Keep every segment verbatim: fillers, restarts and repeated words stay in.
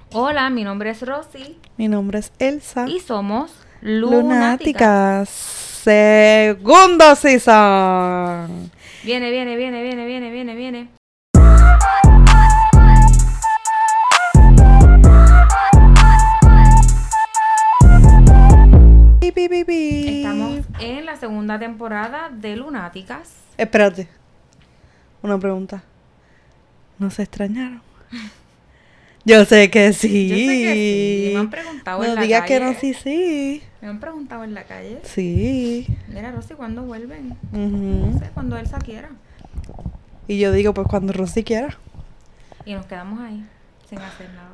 Hola, mi nombre es Rosy. Mi nombre es Elsa. Y somos Lunáticas. Segundo season. Viene, viene, viene, viene, viene, viene, viene. Pi, pi, pi, pi. Estamos en la segunda temporada de Lunáticas. Espérate. Una pregunta. ¿No se extrañaron? Yo sé que sí. Yo sé que sí. Me han preguntado no en la digas calle. que no, sí, sí. Me han preguntado en la calle. Sí. Mira, Rosy, ¿cuándo vuelven? Uh-huh. No sé, cuando Elsa quiera. Y yo digo, pues cuando Rosy quiera. Y nos quedamos ahí, sin hacer nada.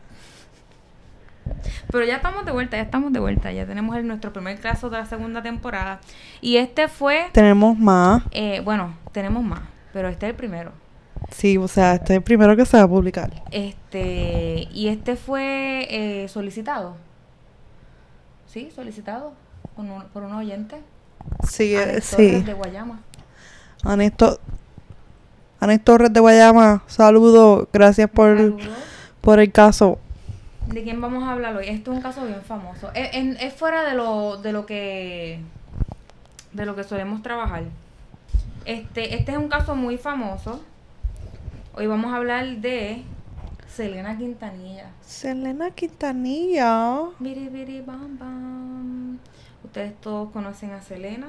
Pero ya estamos de vuelta, ya estamos de vuelta. Ya tenemos el, nuestro primer caso de la segunda temporada. Y este fue... Tenemos más. Eh, bueno, tenemos más, pero este es el primero. Sí, o sea, este es el primero que se va a publicar. Este, y este fue eh, solicitado. Sí, solicitado por un, por un oyente. Sí, Alex sí. Torres de Guayama. Anes, to- Anes Torres de Guayama, saludo, gracias por, Saludos. por el caso. ¿De quién vamos a hablar hoy? Este es un caso bien famoso. Es, es, es fuera de lo, de lo que de lo que solemos trabajar. Este, este es un caso muy famoso. Hoy vamos a hablar de Selena Quintanilla. Selena Quintanilla. Biri, biri, bam, bam. Ustedes todos conocen a Selena.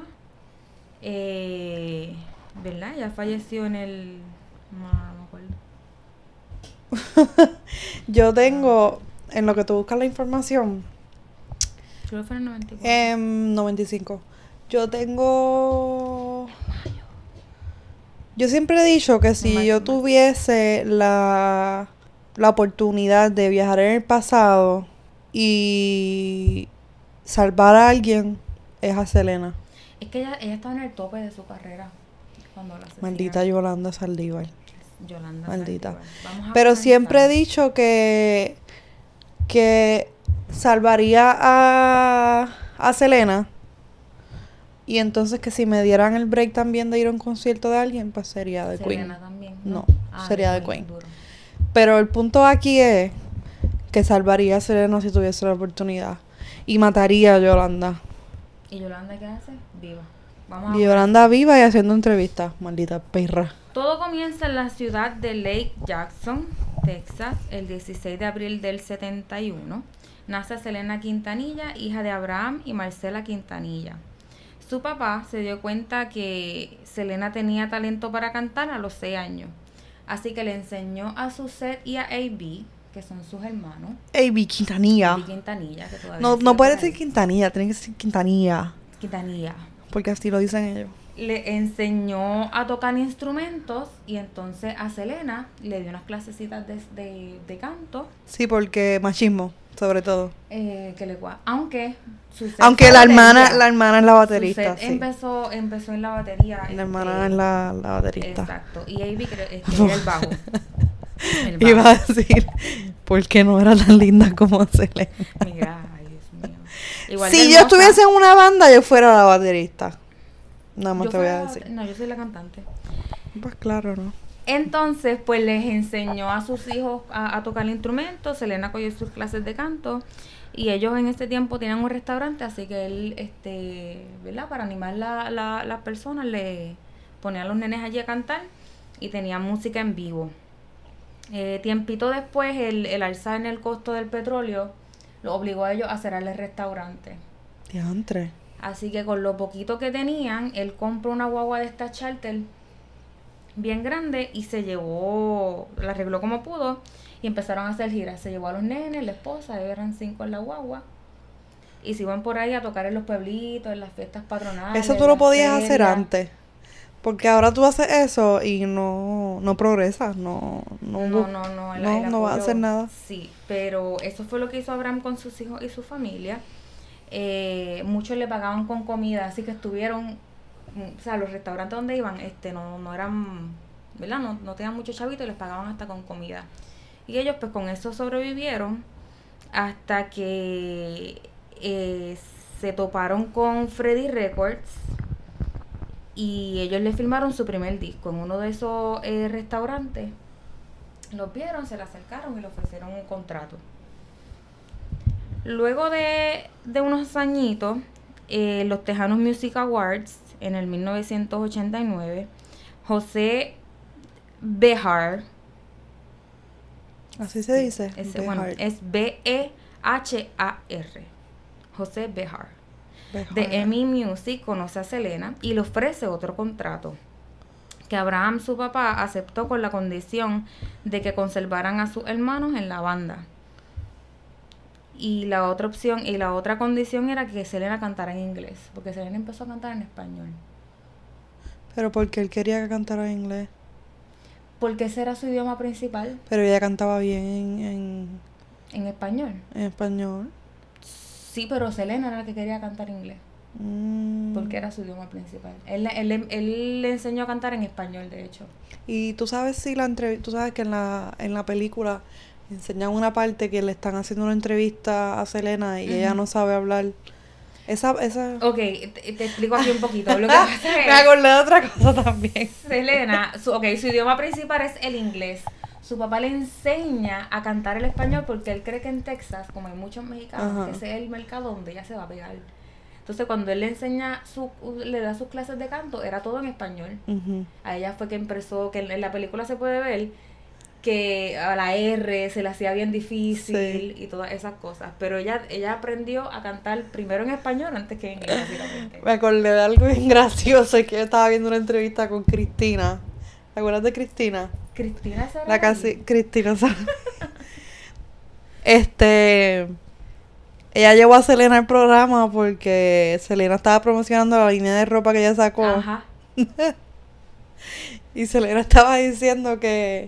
Eh, ¿Verdad? Ya falleció en el... No, no me acuerdo. Yo tengo, en lo que tú buscas la información, Creo que fue en el noventa y cuatro. en noventa y cinco. Yo tengo... Yo siempre he dicho que si Mayo, yo mayo. tuviese la, la oportunidad de viajar en el pasado y salvar a alguien, es a Selena. Es que ella, ella estaba en el tope de su carrera cuando la asesinaron. Maldita Yolanda Saldívar. Yolanda Maldita. Saldívar. Vamos a Pero comenzar. siempre he dicho que que salvaría a a Selena. Y entonces que si me dieran el break también de ir a un concierto de alguien, pues sería de Queen. Selena también. No, Ah, sería de Queen. duro. Pero el punto aquí es que salvaría a Selena si tuviese la oportunidad. Y mataría a Yolanda. ¿Y Yolanda qué hace? Viva. Vamos a Y Yolanda viva y haciendo entrevistas. Maldita perra. Todo comienza en la ciudad de Lake Jackson, Texas, el dieciséis de abril del setenta y uno. Nace Selena Quintanilla, hija de Abraham y Marcela Quintanilla. Su papá se dio cuenta que Selena tenía talento para cantar a los seis años. Así que le enseñó a Suzette y a A B, que son sus hermanos. A B Quintanilla. A B Quintanilla, que todavía No, sigue no por puede ahí. decir Quintanilla, tiene que decir Quintanilla. Quintanilla. Porque así lo dicen ellos. Le enseñó a tocar instrumentos y entonces a Selena le dio unas clasecitas de, de, de canto. Sí, porque machismo, sobre todo. Eh, que le gua- Aunque Suzette Aunque fue la hermana, batería. la hermana es la baterista, Suzette sí. empezó, empezó en la batería. La este, hermana es la, la baterista. Exacto. Y A B creo- este, era el bajo. El bajo. Iba a decir, porque no era tan linda como Selena. Mira, ay, Dios mío. Igual de Si yo hermosa. estuviese en una banda, yo fuera la baterista. Nada más Yo te voy a fuera- decir. No, yo soy la cantante. Pues claro, ¿no? Entonces, pues les enseñó a sus hijos a, a tocar el instrumento. Selena cogió sus clases de canto. Y ellos en ese tiempo tenían un restaurante, así que él, este, ¿verdad? Para animar la, la, las personas, le ponía a los nenes allí a cantar y tenían música en vivo. Eh, tiempito después, el, el alza en el costo del petróleo lo obligó a ellos a cerrar el restaurante. Diantre. Así que con lo poquito que tenían, él compró una guagua de esta charter bien grande y se llevó, la arregló como pudo y empezaron a hacer giras. Se llevó a los nenes, la esposa, ellos eran cinco en la guagua y se iban por ahí a tocar en los pueblitos, en las fiestas patronales. Eso tú en lo las podías hacer ferias. antes. Porque ahora tú haces eso y no, no progresas, no, no, No, no, no, el- no, el no vas a apoyo- hacer nada. Sí, pero eso fue lo que hizo Abraham con sus hijos y su familia. Eh, muchos le pagaban con comida, así que estuvieron, mm, o sea, los restaurantes donde iban, este, no, no eran, ¿verdad? No, no tenían muchos chavitos y les pagaban hasta con comida. Y ellos pues con eso sobrevivieron hasta que eh, se toparon con Freddie Records y ellos le filmaron su primer disco en uno de esos eh, restaurantes. Los vieron, se le acercaron y le ofrecieron un contrato. Luego de, de unos añitos, eh, los Tejanos Music Awards, en el mil novecientos ochenta y nueve, José Behar, así se dice, ese, bueno, es B E H A R, José Behar, Behar. de E M I Music, conoce a Selena y le ofrece otro contrato, que Abraham, su papá, aceptó con la condición de que conservaran a sus hermanos en la banda. Y la otra opción, y la otra condición era que Selena cantara en inglés, porque Selena empezó a cantar en español. Pero porque él quería que cantara en inglés. Porque ese era su idioma principal. Pero ella cantaba bien en, en, en español. En español. Sí, pero Selena era la que quería cantar en inglés. Mm. Porque era su idioma principal. Él, él, él, él le enseñó a cantar en español, de hecho. Y tú sabes si la entrevista, tú sabes que en la, en la película enseñan una parte que le están haciendo una entrevista a Selena y uh-huh. ella no sabe hablar. Esa, esa... Ok, te, te explico aquí un poquito. Lo que pasa es... Me acordé de otra cosa también. Selena, su, ok, su idioma principal es el inglés. Su papá le enseña a cantar el español porque él cree que en Texas, como hay muchos mexicanos, uh-huh. ese es el mercado donde ella se va a pegar. Entonces, cuando él le enseña, su, le da sus clases de canto, era todo en español. Uh-huh. A ella fue que empezó, que en la película se puede ver que a la R se le hacía bien difícil sí. y todas esas cosas. Pero ella ella aprendió a cantar primero en español antes que en inglés, básicamente. Me acordé de algo bien gracioso, es que yo estaba viendo una entrevista con Cristina. ¿Te acuerdas de Cristina? Cristina Saray. La casi, Cristina Saray. este... Ella llevó a Selena al programa porque Selena estaba promocionando la línea de ropa que ella sacó. Ajá. Y Selena estaba diciendo que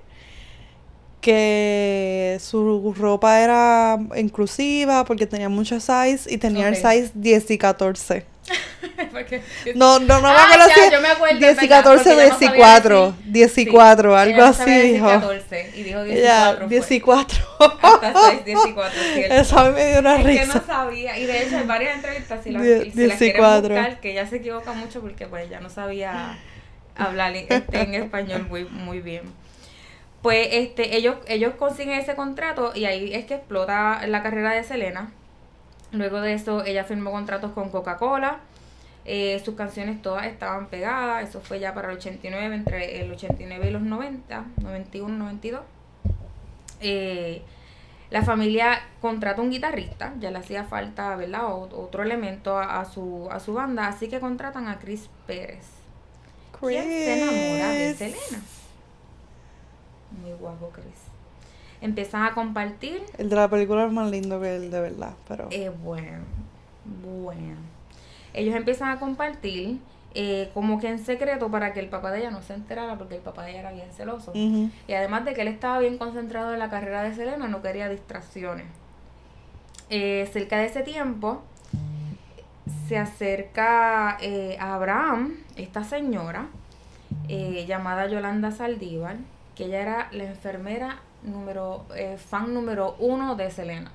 que su ropa era inclusiva porque tenía muchos size y tenía okay. el size diez y catorce. Porque, no, no, no ah, me acuerdo si yo me acuerdo, diez y catorce, diez y cuatro, diez y cuatro, algo así dijo. catorce y dijo diez y cuatro. diez y cuatro. Hasta size diez y cuatro, cierto. Eso a mí me dio una es risa. Que no sabía, y de hecho hay varias entrevistas si las, Die- si las quieren buscar, que ella se equivoca mucho porque pues ya no sabía hablar este, en español muy, muy bien. Pues este ellos ellos consiguen ese contrato y ahí es que explota la carrera de Selena. Luego de eso ella firmó contratos con Coca-Cola. Eh, sus canciones todas estaban pegadas. Eso fue ya para el ochenta y nueve, entre el ochenta y nueve y los noventa, noventa y uno, noventa y dos. Eh, la familia contrata un guitarrista, ya le hacía falta, ¿verdad? O, otro elemento a, a su a su banda, así que contratan a Chris Pérez. Chris. ¿Quién se enamora de Selena? Muy guapo, Chris. Empiezan a compartir. El de la película es más lindo que el de verdad, pero... Eh, bueno, bueno. Ellos empiezan a compartir eh, como que en secreto para que el papá de ella no se enterara, porque el papá de ella era bien celoso. Uh-huh. Y además de que él estaba bien concentrado en la carrera de Selena, no quería distracciones. Eh, cerca de ese tiempo, se acerca eh, a Abraham, esta señora, eh, llamada Yolanda Saldívar, que ella era la enfermera número eh, fan número uno de Selena.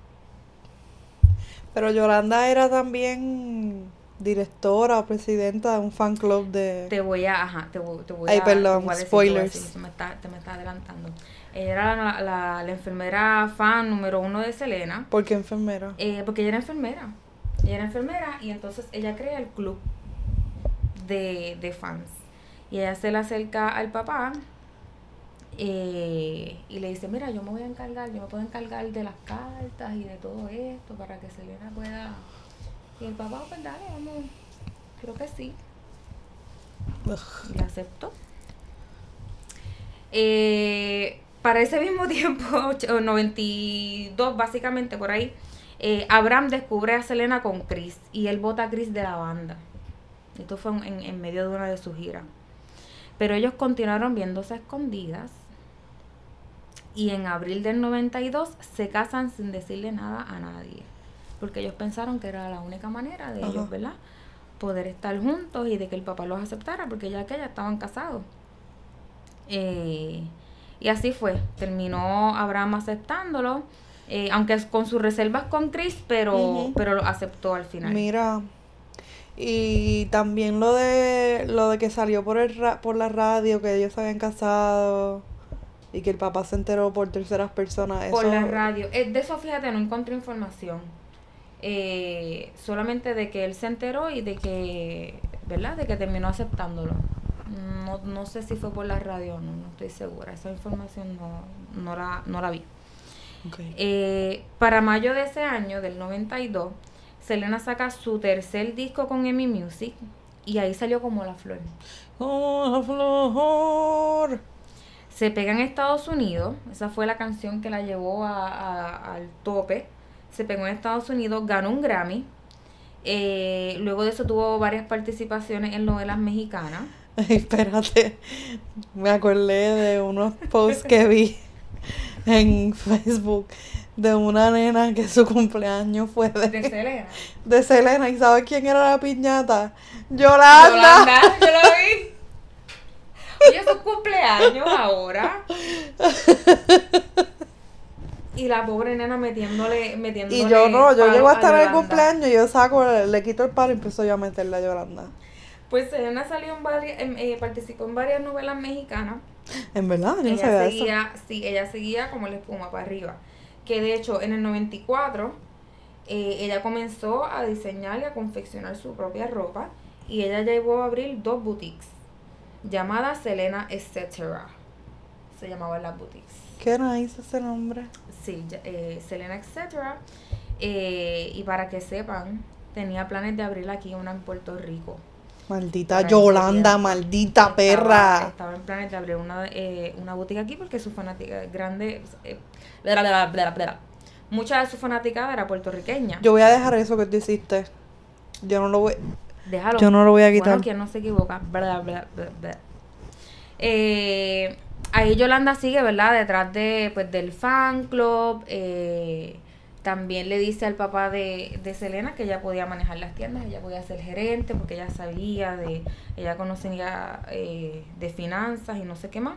Pero Yolanda era también directora o presidenta de un fan club de... Te voy a... Ajá, te voy, te voy Ay, a... perdón, te voy a decir, spoilers. Te, voy a decir, te, me está, te me está adelantando. Ella era la, la, la enfermera fan número uno de Selena. ¿Por qué enfermera? Eh, porque ella era enfermera. Ella era enfermera y entonces ella crea el club de, de fans. Y ella se le acerca al papá... Eh, y le dice, mira, yo me voy a encargar, yo me puedo encargar de las cartas y de todo esto para que Selena pueda... Y el papá, pues dale, vamos, creo que sí. Ugh. Y aceptó. Eh, para ese mismo tiempo, noventa y dos básicamente por ahí, eh, Abraham descubre a Selena con Chris y él bota a Chris de la banda. Esto fue en, en medio de una de sus giras. Pero ellos continuaron viéndose a escondidas. Y en abril del noventa y dos se casan sin decirle nada a nadie. Porque ellos pensaron que era la única manera de Ajá. ellos, ¿verdad? Poder estar juntos y de que el papá los aceptara, porque ya que ya estaban casados. Eh, y así fue. Terminó Abraham aceptándolo. Eh, aunque con sus reservas con Chris, pero, uh-huh. pero lo aceptó al final. Mira... Y también lo de lo de que salió por el ra- por la radio que ellos se habían casado. Y que el papá se enteró por terceras personas. Por eso... la radio. Eh, de eso, fíjate, no encontré información. Eh, solamente de que él se enteró y de que, ¿verdad? De que terminó aceptándolo. No, no sé si fue por la radio o no, no estoy segura. Esa información no, no, la, no la vi. Okay. Eh, para mayo de ese año, del noventa y dos, Selena saca su tercer disco con EMI Music y ahí salió Como la Flor. Como la flor. Se pega en Estados Unidos, esa fue la canción que la llevó a, a, al tope. Se pegó en Estados Unidos, ganó un Grammy. Eh, luego de eso tuvo varias participaciones en novelas mexicanas. Ay, espérate, me acordé de unos posts que vi en Facebook de una nena que su cumpleaños fue de, De Selena. de Selena. ¿Y sabes quién era la piñata? ¡Yolanda! Yolanda, yo lo vi. Oye, es su cumpleaños ahora. Y la pobre nena metiéndole, metiéndole Y yo no, yo palo llego a hasta el Yolanda. cumpleaños y yo saco, le quito el palo y empiezo yo a meterle a Yolanda. Pues Selena salió en varias, en, eh, participó en varias novelas mexicanas. En verdad, yo no Ella sabía seguía, sí, ella seguía como la espuma para arriba. Que de hecho en el noventa y cuatro eh, ella comenzó a diseñar y a confeccionar su propia ropa y ella llegó a abrir dos boutiques llamadas Selena Etcétera. Se llamaban las boutiques. ¿Qué nice ese nombre? Sí, eh, Selena Etcétera. Eh, y para que sepan, tenía planes de abrir aquí una en Puerto Rico. Maldita Para Yolanda, ese tiempo. maldita Estaba- perra. Estaba en planes de abrir una, eh, una boutique aquí porque su fanática grande, eh, bla, bla, bla, bla, bla. Mucha de su fanaticada era puertorriqueña. Yo voy a dejar eso que tú hiciste. Yo no lo voy, Déjalo. yo no lo voy a quitar. Bueno, quien no se equivoca. Bla, bla, bla, bla. Eh, ahí Yolanda sigue, ¿verdad? Detrás de, pues, del fan club. Eh, también le dice al papá de, de Selena que ella podía manejar las tiendas, ella podía ser gerente porque ella sabía de, ella conocía eh, de finanzas y no sé qué más.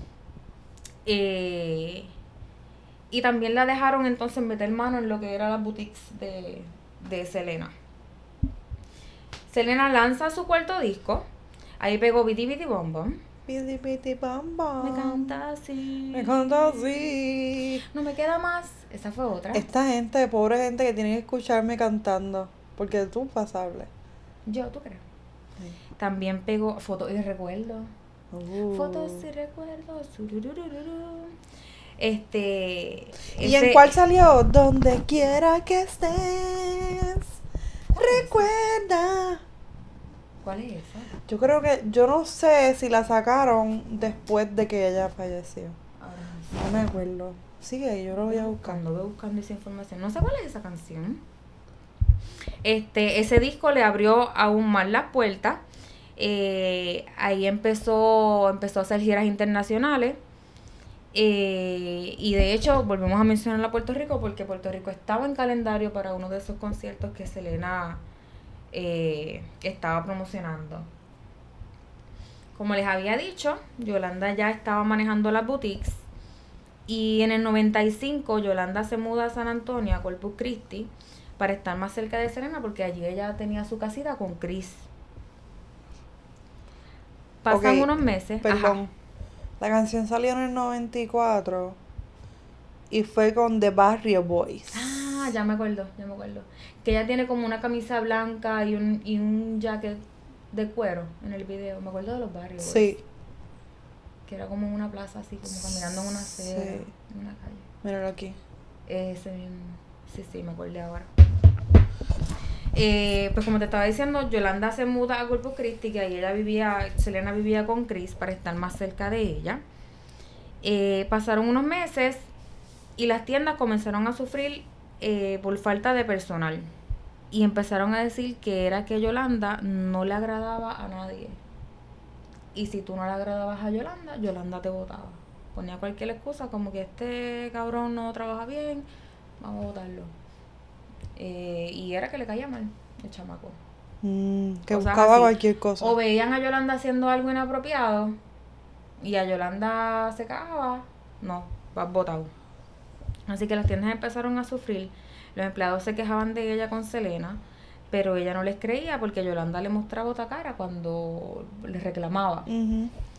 Eh, y también la dejaron entonces meter mano en lo que eran las boutiques de, de Selena. Selena lanza su cuarto disco, ahí pegó Biti Biti Bom Bom. Piti, piti, pam, pam. Me canta así. Me canta así. No me queda más. Esa fue otra. Esta gente, pobre gente que tiene que escucharme cantando. Porque tú pasable. Yo, ¿tú crees? También pegó Fotos y Recuerdos. Uh. Fotos y Recuerdos. surururururu. Este. ¿Y ese- en cuál salió? Donde quiera que estés. Recuerda. ¿Cuál es esa? Yo creo que, yo no sé si la sacaron después de que ella falleció. Ahora no sé. No me acuerdo. Sigue, yo lo voy a buscar. Buscando, voy buscando esa información. No sé cuál es esa canción. Este, ese disco le abrió aún más las puertas. Eh, ahí empezó, empezó a hacer giras internacionales. Eh, y de hecho, volvemos a mencionar a Puerto Rico porque Puerto Rico estaba en calendario para uno de esos conciertos que Selena eh, estaba promocionando. Como les había dicho, Yolanda ya estaba manejando las boutiques. Y en el noventa y cinco, Yolanda se muda a San Antonio, a Corpus Christi, para estar más cerca de Selena, porque allí ella tenía su casita con Chris. Pasan Ok, unos meses. Perdón. Ajá. La canción salió en el noventa y cuatro y fue con The Barrio Boys. Ah, ya me acuerdo, ya me acuerdo. Que ella tiene como una camisa blanca y un, y un jacket de cuero en el video. Me acuerdo de los barrios. Sí, Que era como en una plaza así, como caminando en una acera, Sí. en una calle. míralo aquí. Ese mismo. Sí, sí, me acordé ahora. Eh, pues como te estaba diciendo, Yolanda se muda a Corpus Christi, que ahí ella vivía, Selena vivía con Chris para estar más cerca de ella. Eh, pasaron unos meses y las tiendas comenzaron a sufrir eh, por falta de personal. Y empezaron a decir que era que Yolanda no le agradaba a nadie. Y si tú no le agradabas a Yolanda, Yolanda te votaba. Ponía cualquier excusa como que este cabrón no trabaja bien, vamos a votarlo. Eh, y era que le caía mal el chamaco. Mm, que Cosas buscaba así. cualquier cosa. O veían a Yolanda haciendo algo inapropiado y a Yolanda se cagaba, no, vas votado. Así que las tiendas empezaron a sufrir. Los empleados se quejaban de ella con Selena, pero ella no les creía porque Yolanda le mostraba otra cara cuando les reclamaba. Ujú.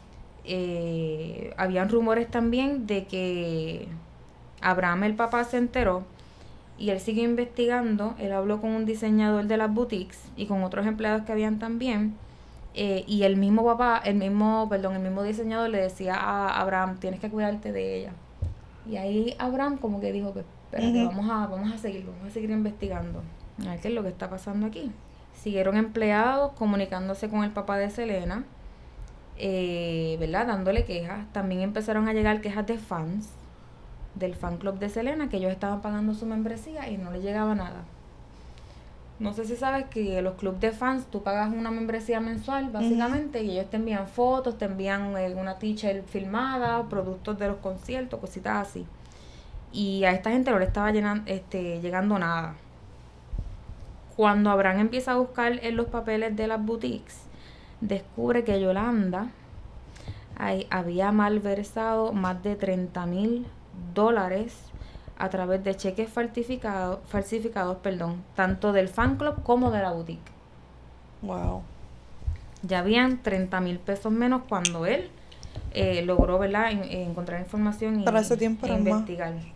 eh, habían rumores también de que Abraham, el papá, se enteró y él siguió investigando. Él habló con un diseñador de las boutiques y con otros empleados que habían también. Eh, y el mismo papá, el mismo, perdón, el mismo diseñador le decía a Abraham, tienes que cuidarte de ella. Y ahí Abraham como que dijo, pues, espérate, uh-huh. vamos a, vamos a seguir, vamos a seguir investigando. A ver qué es lo que está pasando aquí. Siguieron empleados comunicándose con el papá de Selena, eh, ¿verdad? Dándole quejas. También empezaron a llegar quejas de fans del fan club de Selena, que ellos estaban pagando su membresía y no les llegaba nada. No sé si sabes que los clubes de fans, tú pagas una membresía mensual, básicamente, uh-huh. y ellos te envían fotos, te envían eh, una t-shirt filmada, productos de los conciertos, cositas así. Y a esta gente no le estaba llenan, este, llegando nada. Cuando Abraham empieza a buscar en los papeles de las boutiques, descubre que Yolanda ahí, había malversado más de treinta mil dólares a través de cheques falsificados, falsificados, perdón, tanto del fan club como de la boutique. Wow. Ya habían treinta mil pesos menos cuando él eh, logró, ¿verdad?, en, en encontrar información y para ese tiempo e investigar. Más.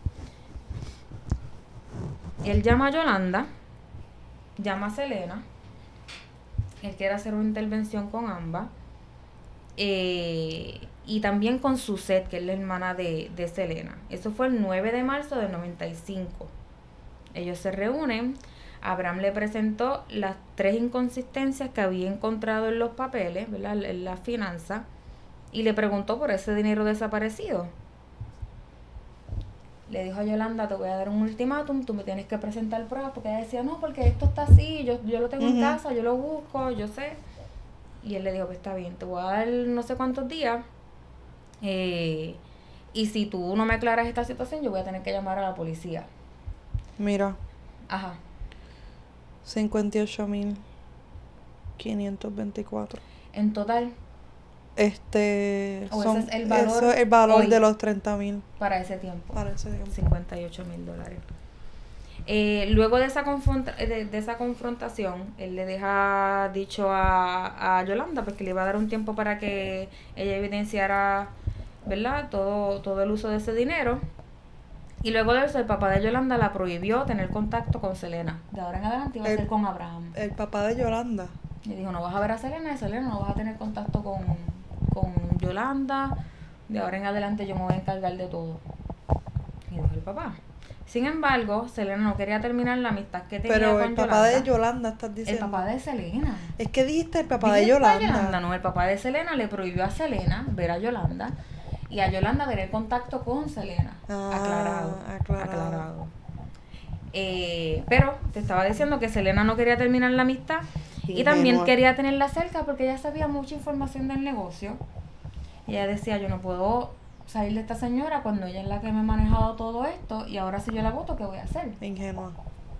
Él llama a Yolanda, llama a Selena, él quiere hacer una intervención con ambas, eh, y también con Suzette, que es la hermana de, de Selena. Eso fue el nueve de marzo del noventa y cinco. Ellos se reúnen, Abraham le presentó las tres inconsistencias que había encontrado en los papeles, ¿verdad?, en la finanza, y le preguntó por ese dinero desaparecido. Le dijo a Yolanda, te voy a dar un ultimátum, tú me tienes que presentar pruebas, porque ella decía, no, porque esto está así, yo, yo lo tengo uh-huh. en casa, yo lo busco, yo sé. Y él le dijo, pues está bien, te voy a dar no sé cuántos días, eh, y si tú no me aclaras esta situación, yo voy a tener que llamar a la policía. Mira. Ajá. cincuenta y ocho mil quinientos veinticuatro. En total. Este, o son, ese es el valor, eso es el valor de los treinta mil. Para ese tiempo. Para ese tiempo. cincuenta y ocho mil dólares. Eh, luego de esa, confronta, de, de esa confrontación, él le deja dicho a, a Yolanda, porque le iba a dar un tiempo para que ella evidenciara, ¿verdad?, todo, todo el uso de ese dinero. Y luego de eso, el papá de Yolanda la prohibió tener contacto con Selena. De ahora en adelante iba a el, ser con Abraham. El papá de Yolanda. Le dijo, no vas a ver a Selena, y Selena no vas a tener contacto con, con Yolanda. De ahora en adelante yo me voy a encargar de todo. Y dijo el papá. Sin embargo, Selena no quería terminar la amistad que tenía Pero con el papá Yolanda. de Yolanda, estás diciendo. El papá de Selena. Es que dijiste el papá ¿Dijiste de Yolanda? Yolanda. No, el papá de Selena le prohibió a Selena ver a Yolanda y a Yolanda tener contacto con Selena. Ah, aclarado. aclarado. Aclarado. Eh, pero te estaba diciendo que Selena no quería terminar la amistad y, y también menor. quería tenerla cerca porque ella sabía mucha información del negocio. Y ella decía, yo no puedo salir de esta señora cuando ella es la que me ha manejado todo esto y ahora si yo la voto, ¿qué voy a hacer? Ingenua.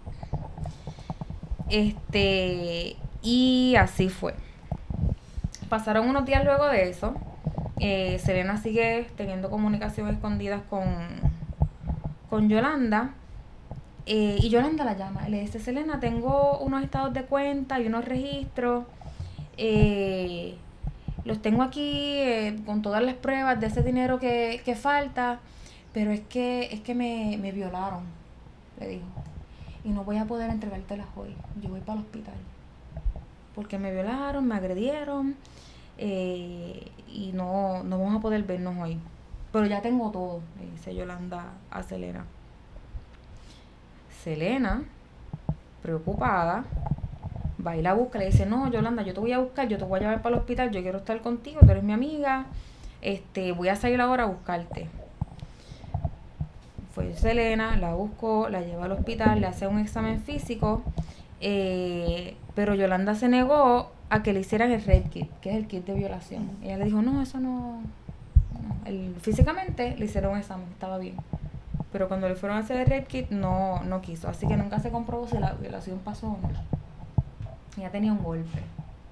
Este, y así fue. Pasaron unos días luego de eso. Eh, Selena sigue teniendo comunicaciones escondidas con, con Yolanda. Eh, y Yolanda la llama y le dice, Selena, tengo unos estados de cuenta y unos registros. Eh... Los tengo aquí eh, con todas las pruebas de ese dinero que, que falta, pero es que es que me, me violaron, le dijo. Y no voy a poder entregártelas hoy. Yo voy para el hospital. Porque me violaron, me agredieron, eh, y no, no vamos a poder vernos hoy. Pero ya tengo todo, le dice Yolanda a Selena. Selena, preocupada, va y la busca, le dice, no, Yolanda, yo te voy a buscar, yo te voy a llevar para el hospital, yo quiero estar contigo, tú eres mi amiga, este, voy a salir ahora a buscarte. Fue Selena, la buscó, la lleva al hospital, le hace un examen físico, eh, pero Yolanda se negó a que le hicieran el rape kit, que es el kit de violación. Uh-huh. Ella le dijo, no, eso no, no. El, físicamente le hicieron un examen, estaba bien. Pero cuando le fueron a hacer el rape kit, no, no quiso, así que nunca se comprobó si la violación pasó o no. Ella tenía un golpe,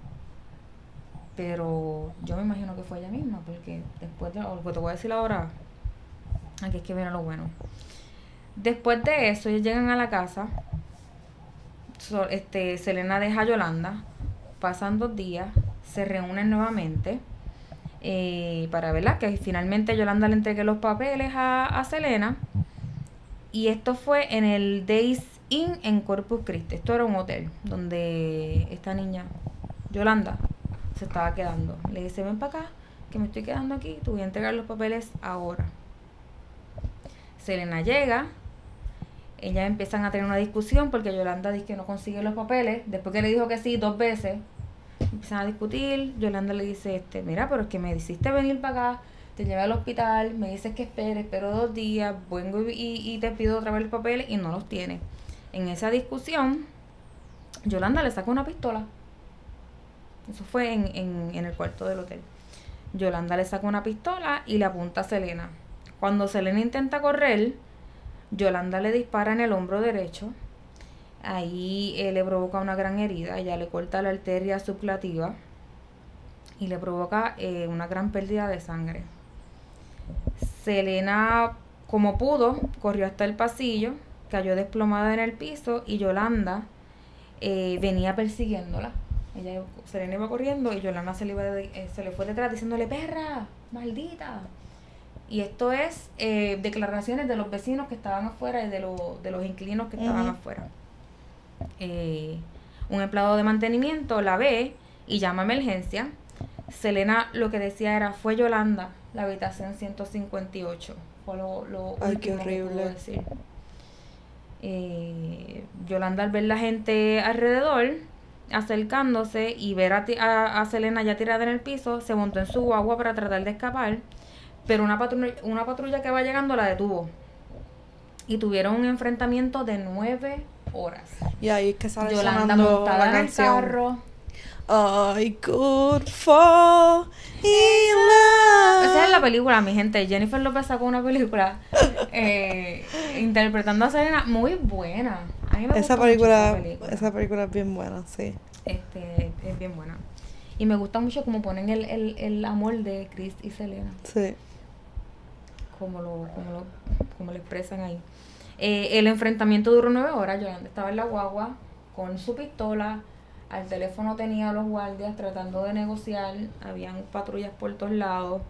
pero yo me imagino que fue ella misma, porque después de, o te voy a decir ahora, aquí es que viene lo bueno. Después de eso, ellos llegan a la casa, so, este, Selena deja a Yolanda, pasan dos días, se reúnen nuevamente, eh, para verla, que finalmente Yolanda le entregue los papeles a, a Selena. Y esto fue en el Days Inn en Corpus Christi. Esto era un hotel donde esta niña, Yolanda, se estaba quedando. Le dice, ven para acá, que me estoy quedando aquí, te voy a entregar los papeles ahora. Selena llega, ellas empiezan a tener una discusión porque Yolanda dice que no consigue los papeles. Después que le dijo que sí dos veces, empiezan a discutir. Yolanda le dice, este, mira, pero es que me hiciste venir para acá, te llevé al hospital, me dices que espere, espero dos días, vengo y, y, y te pido otra vez los papeles y no los tiene. En esa discusión, Yolanda le saca una pistola. Eso fue en, en, en el cuarto del hotel. Yolanda le saca una pistola y le apunta a Selena. Cuando Selena intenta correr, Yolanda le dispara en el hombro derecho. Ahí eh, le provoca una gran herida. Ella le corta la arteria subclaviana y le provoca eh, una gran pérdida de sangre. Selena, como pudo, corrió hasta el pasillo, cayó desplomada en el piso y Yolanda eh, venía persiguiéndola. Ella, Selena iba corriendo y Yolanda se le, iba de, eh, se le fue detrás diciéndole, perra, maldita. Y esto es eh, declaraciones de los vecinos que estaban afuera y de, lo, de los inquilinos que estaban uh-huh. afuera. Eh, un empleado de mantenimiento la ve y llama a emergencia. Selena lo que decía era, fue Yolanda, la habitación ciento cincuenta y ocho. Fue lo, lo Ay, último qué horrible. que pudo decir. Eh, Yolanda, al ver la gente alrededor, acercándose y ver a, a, a Selena ya tirada en el piso, se montó en su guagua para tratar de escapar, pero una patrulla, una patrulla que va llegando la detuvo. Y tuvieron un enfrentamiento de nueve horas. Y ahí es que sale Yolanda montada en el carro. I could fall in love. Esa es la película, mi gente. Jennifer López sacó una película eh, interpretando a Selena muy buena. A mí me esa gusta película, mucho esa película. Esa película es bien buena, sí. Este, es bien buena. Y me gusta mucho como ponen el, el, el amor de Chris y Selena. Sí. Como lo, como lo, como lo expresan ahí. Eh, el enfrentamiento duró nueve horas. Yolanda estaba en la guagua con su pistola. Al teléfono tenía a los guardias tratando de negociar. Habían patrullas por todos lados.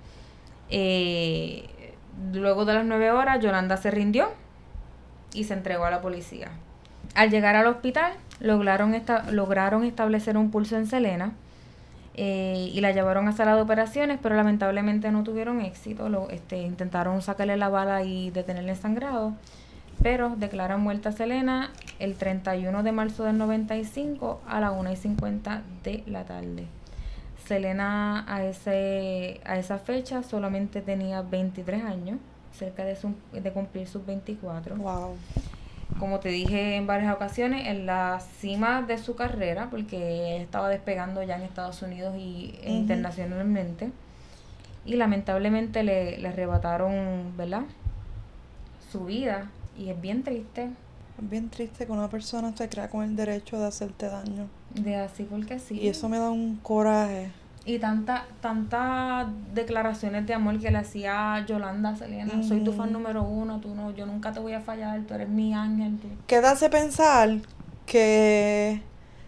Eh, luego de las nueve horas, Yolanda se rindió y se entregó a la policía. Al llegar al hospital, lograron, esta, lograron establecer un pulso en Selena eh, y la llevaron a sala de operaciones, pero lamentablemente no tuvieron éxito. Lo, este, intentaron sacarle la bala y detenerle el sangrado, pero declaran muerta a Selena el treinta y uno de marzo del noventa y cinco a las una y cincuenta de la tarde. Selena a ese a esa fecha solamente tenía veintitrés años, cerca de, su, de cumplir sus veinticuatro. Wow. Como te dije en varias ocasiones, en la cima de su carrera, porque ella estaba despegando ya en Estados Unidos y uh-huh. internacionalmente, y lamentablemente le, le arrebataron, ¿verdad?, su vida. Y es bien triste. Es bien triste que una persona se crea con el derecho de hacerte daño. De así porque sí. Y eso me da un coraje. Y tantas tanta declaraciones de amor que le hacía Yolanda a Selena. Mm. Soy tu fan número uno, tú no, yo nunca te voy a fallar, tú eres mi ángel. Tú. ¿Qué te hace pensar que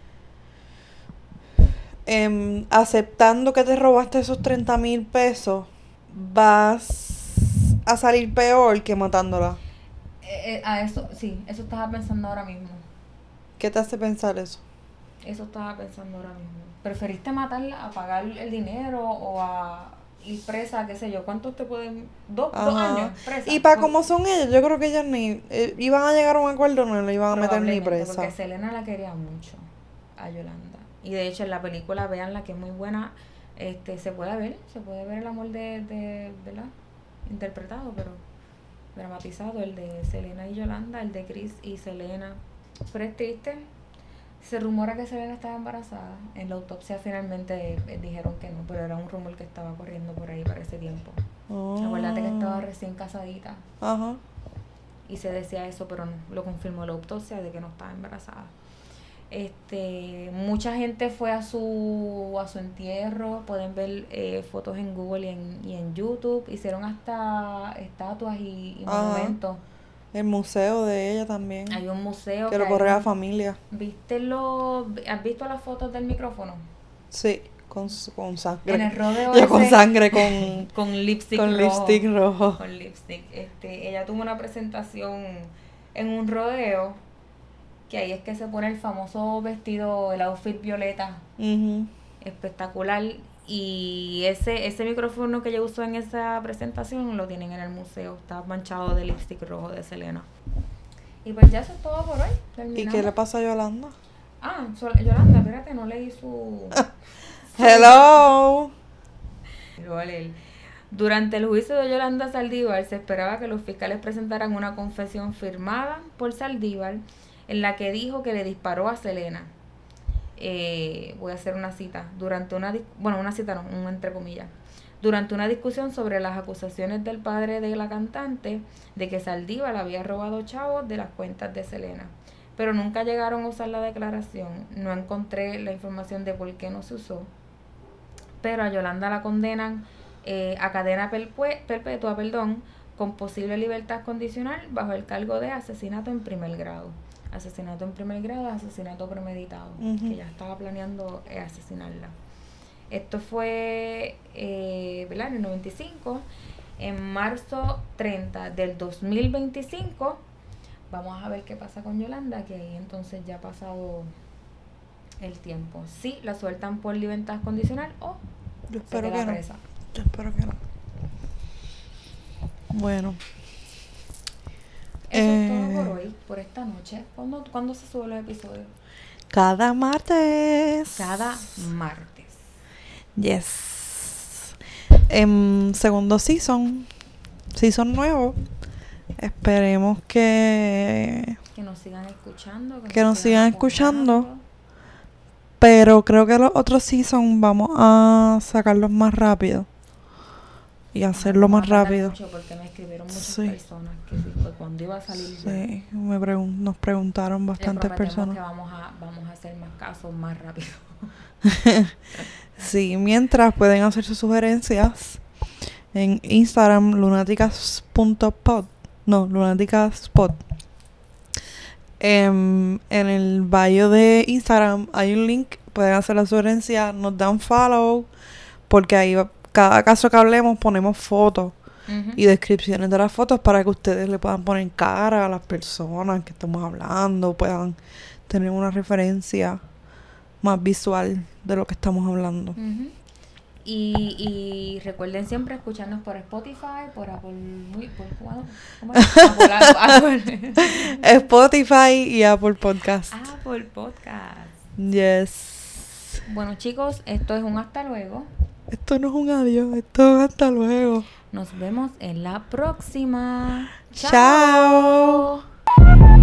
eh, aceptando que te robaste esos treinta mil pesos vas a salir peor que matándola? Eh, a eso, sí, eso estaba pensando ahora mismo. ¿Qué te hace pensar eso? Eso estaba pensando ahora mismo. ¿Preferiste matarla a pagar el dinero o a ir presa, qué sé yo? ¿Cuántos te pueden...? Dos, dos años presa. Y para cómo son ellas, yo creo que ellas ni... Eh, iban a llegar a un acuerdo, no le iban a meter ni presa. Porque Selena la quería mucho a Yolanda. Y de hecho en la película, véanla, que es muy buena, este se puede ver, se puede ver el amor de, de ¿verdad?, interpretado, pero... dramatizado, el de Selena y Yolanda, el de Chris y Selena. Pero es triste. Se rumora que Selena estaba embarazada. En la autopsia finalmente eh, dijeron que no, pero era un rumor que estaba corriendo por ahí para ese tiempo. Oh. Acuérdate que estaba recién casadita. Ajá. Y se decía eso, pero no, lo confirmó la autopsia de que no estaba embarazada. Este, mucha gente fue a su a su entierro. Pueden ver eh, fotos en Google y en, y en YouTube. Hicieron hasta estatuas y, y monumentos. El museo de ella también. Hay un museo que, que lo corre la familia. ¿Viste lo, ¿Has visto las fotos del micrófono? Sí. con, con sangre. En el rodeo Yo con ese, sangre, con, con lipstick con rojo. lipstick rojo. Con lipstick. Este, ella tuvo una presentación en un rodeo, que ahí es que se pone el famoso vestido, el outfit violeta. Uh-huh. Espectacular. Y ese ese micrófono que ella usó en esa presentación lo tienen en el museo. Está manchado de lipstick rojo de Selena. Y pues ya eso es todo por hoy. ¿Y qué le pasa a Yolanda? Ah, Sol- Yolanda, espérate, no leí su... su Hello. Lo voy a leer. Durante el juicio de Yolanda Saldívar se esperaba que los fiscales presentaran una confesión firmada por Saldívar en la que dijo que le disparó a Selena. Eh, voy a hacer una cita. Durante una dis- bueno, una cita no, un entre comillas. Durante una discusión sobre las acusaciones del padre de la cantante de que Saldívar había robado chavos de las cuentas de Selena. Pero nunca llegaron a usar la declaración. No encontré la información de por qué no se usó. Pero a Yolanda la condenan eh, a cadena perpue- perpetua, perdón, con posible libertad condicional bajo el cargo de asesinato en primer grado. Asesinato en primer grado, asesinato premeditado, Uh-huh. que ya estaba planeando eh, asesinarla. Esto fue, eh, ¿verdad? En el noventa y cinco. En marzo treinta del dos mil veinticinco, vamos a ver qué pasa con Yolanda, que ahí entonces ya ha pasado el tiempo. Sí, la sueltan por libertad condicional o Yo se espero queda que no. presa. Yo espero que no. Bueno. Eso Eh, es todo por hoy, por esta noche. ¿Cuándo, ¿cuándo se suben los episodios? Cada martes. Cada martes. Yes. En segundo season. Season nuevo. Esperemos que... Que nos sigan escuchando. Que nos sigan escuchando. apoyando. Pero creo que los otros season vamos a sacarlos más rápido. Y hacerlo Vamos más a tardar rápido. mucho porque me escribieron muchas Sí. personas que sí, fue cuando iba a salir ya. Sí, me pregun- nos preguntaron Les bastantes prometemos personas. que vamos a, vamos a hacer más casos más rápido. Sí, mientras pueden hacer sus sugerencias en Instagram, lunáticas punto pod. No, lunaticaspod. Em, en el bio de Instagram hay un link, pueden hacer la sugerencia, nos dan follow, porque ahí va- cada caso que hablemos ponemos fotos Ujú. y descripciones de las fotos para que ustedes le puedan poner cara a las personas que estamos hablando, puedan tener una referencia más visual de lo que estamos hablando. Ujú. Y, y recuerden siempre escucharnos por Spotify, por Apple, muy, por, ¿cómo, cómo es? Apple, Apple, Spotify y Apple Podcast. Apple Podcast. Yes. Bueno chicos, esto es un hasta luego. Esto no es un adiós, esto es hasta luego. Nos vemos en la próxima. Chao. Chao.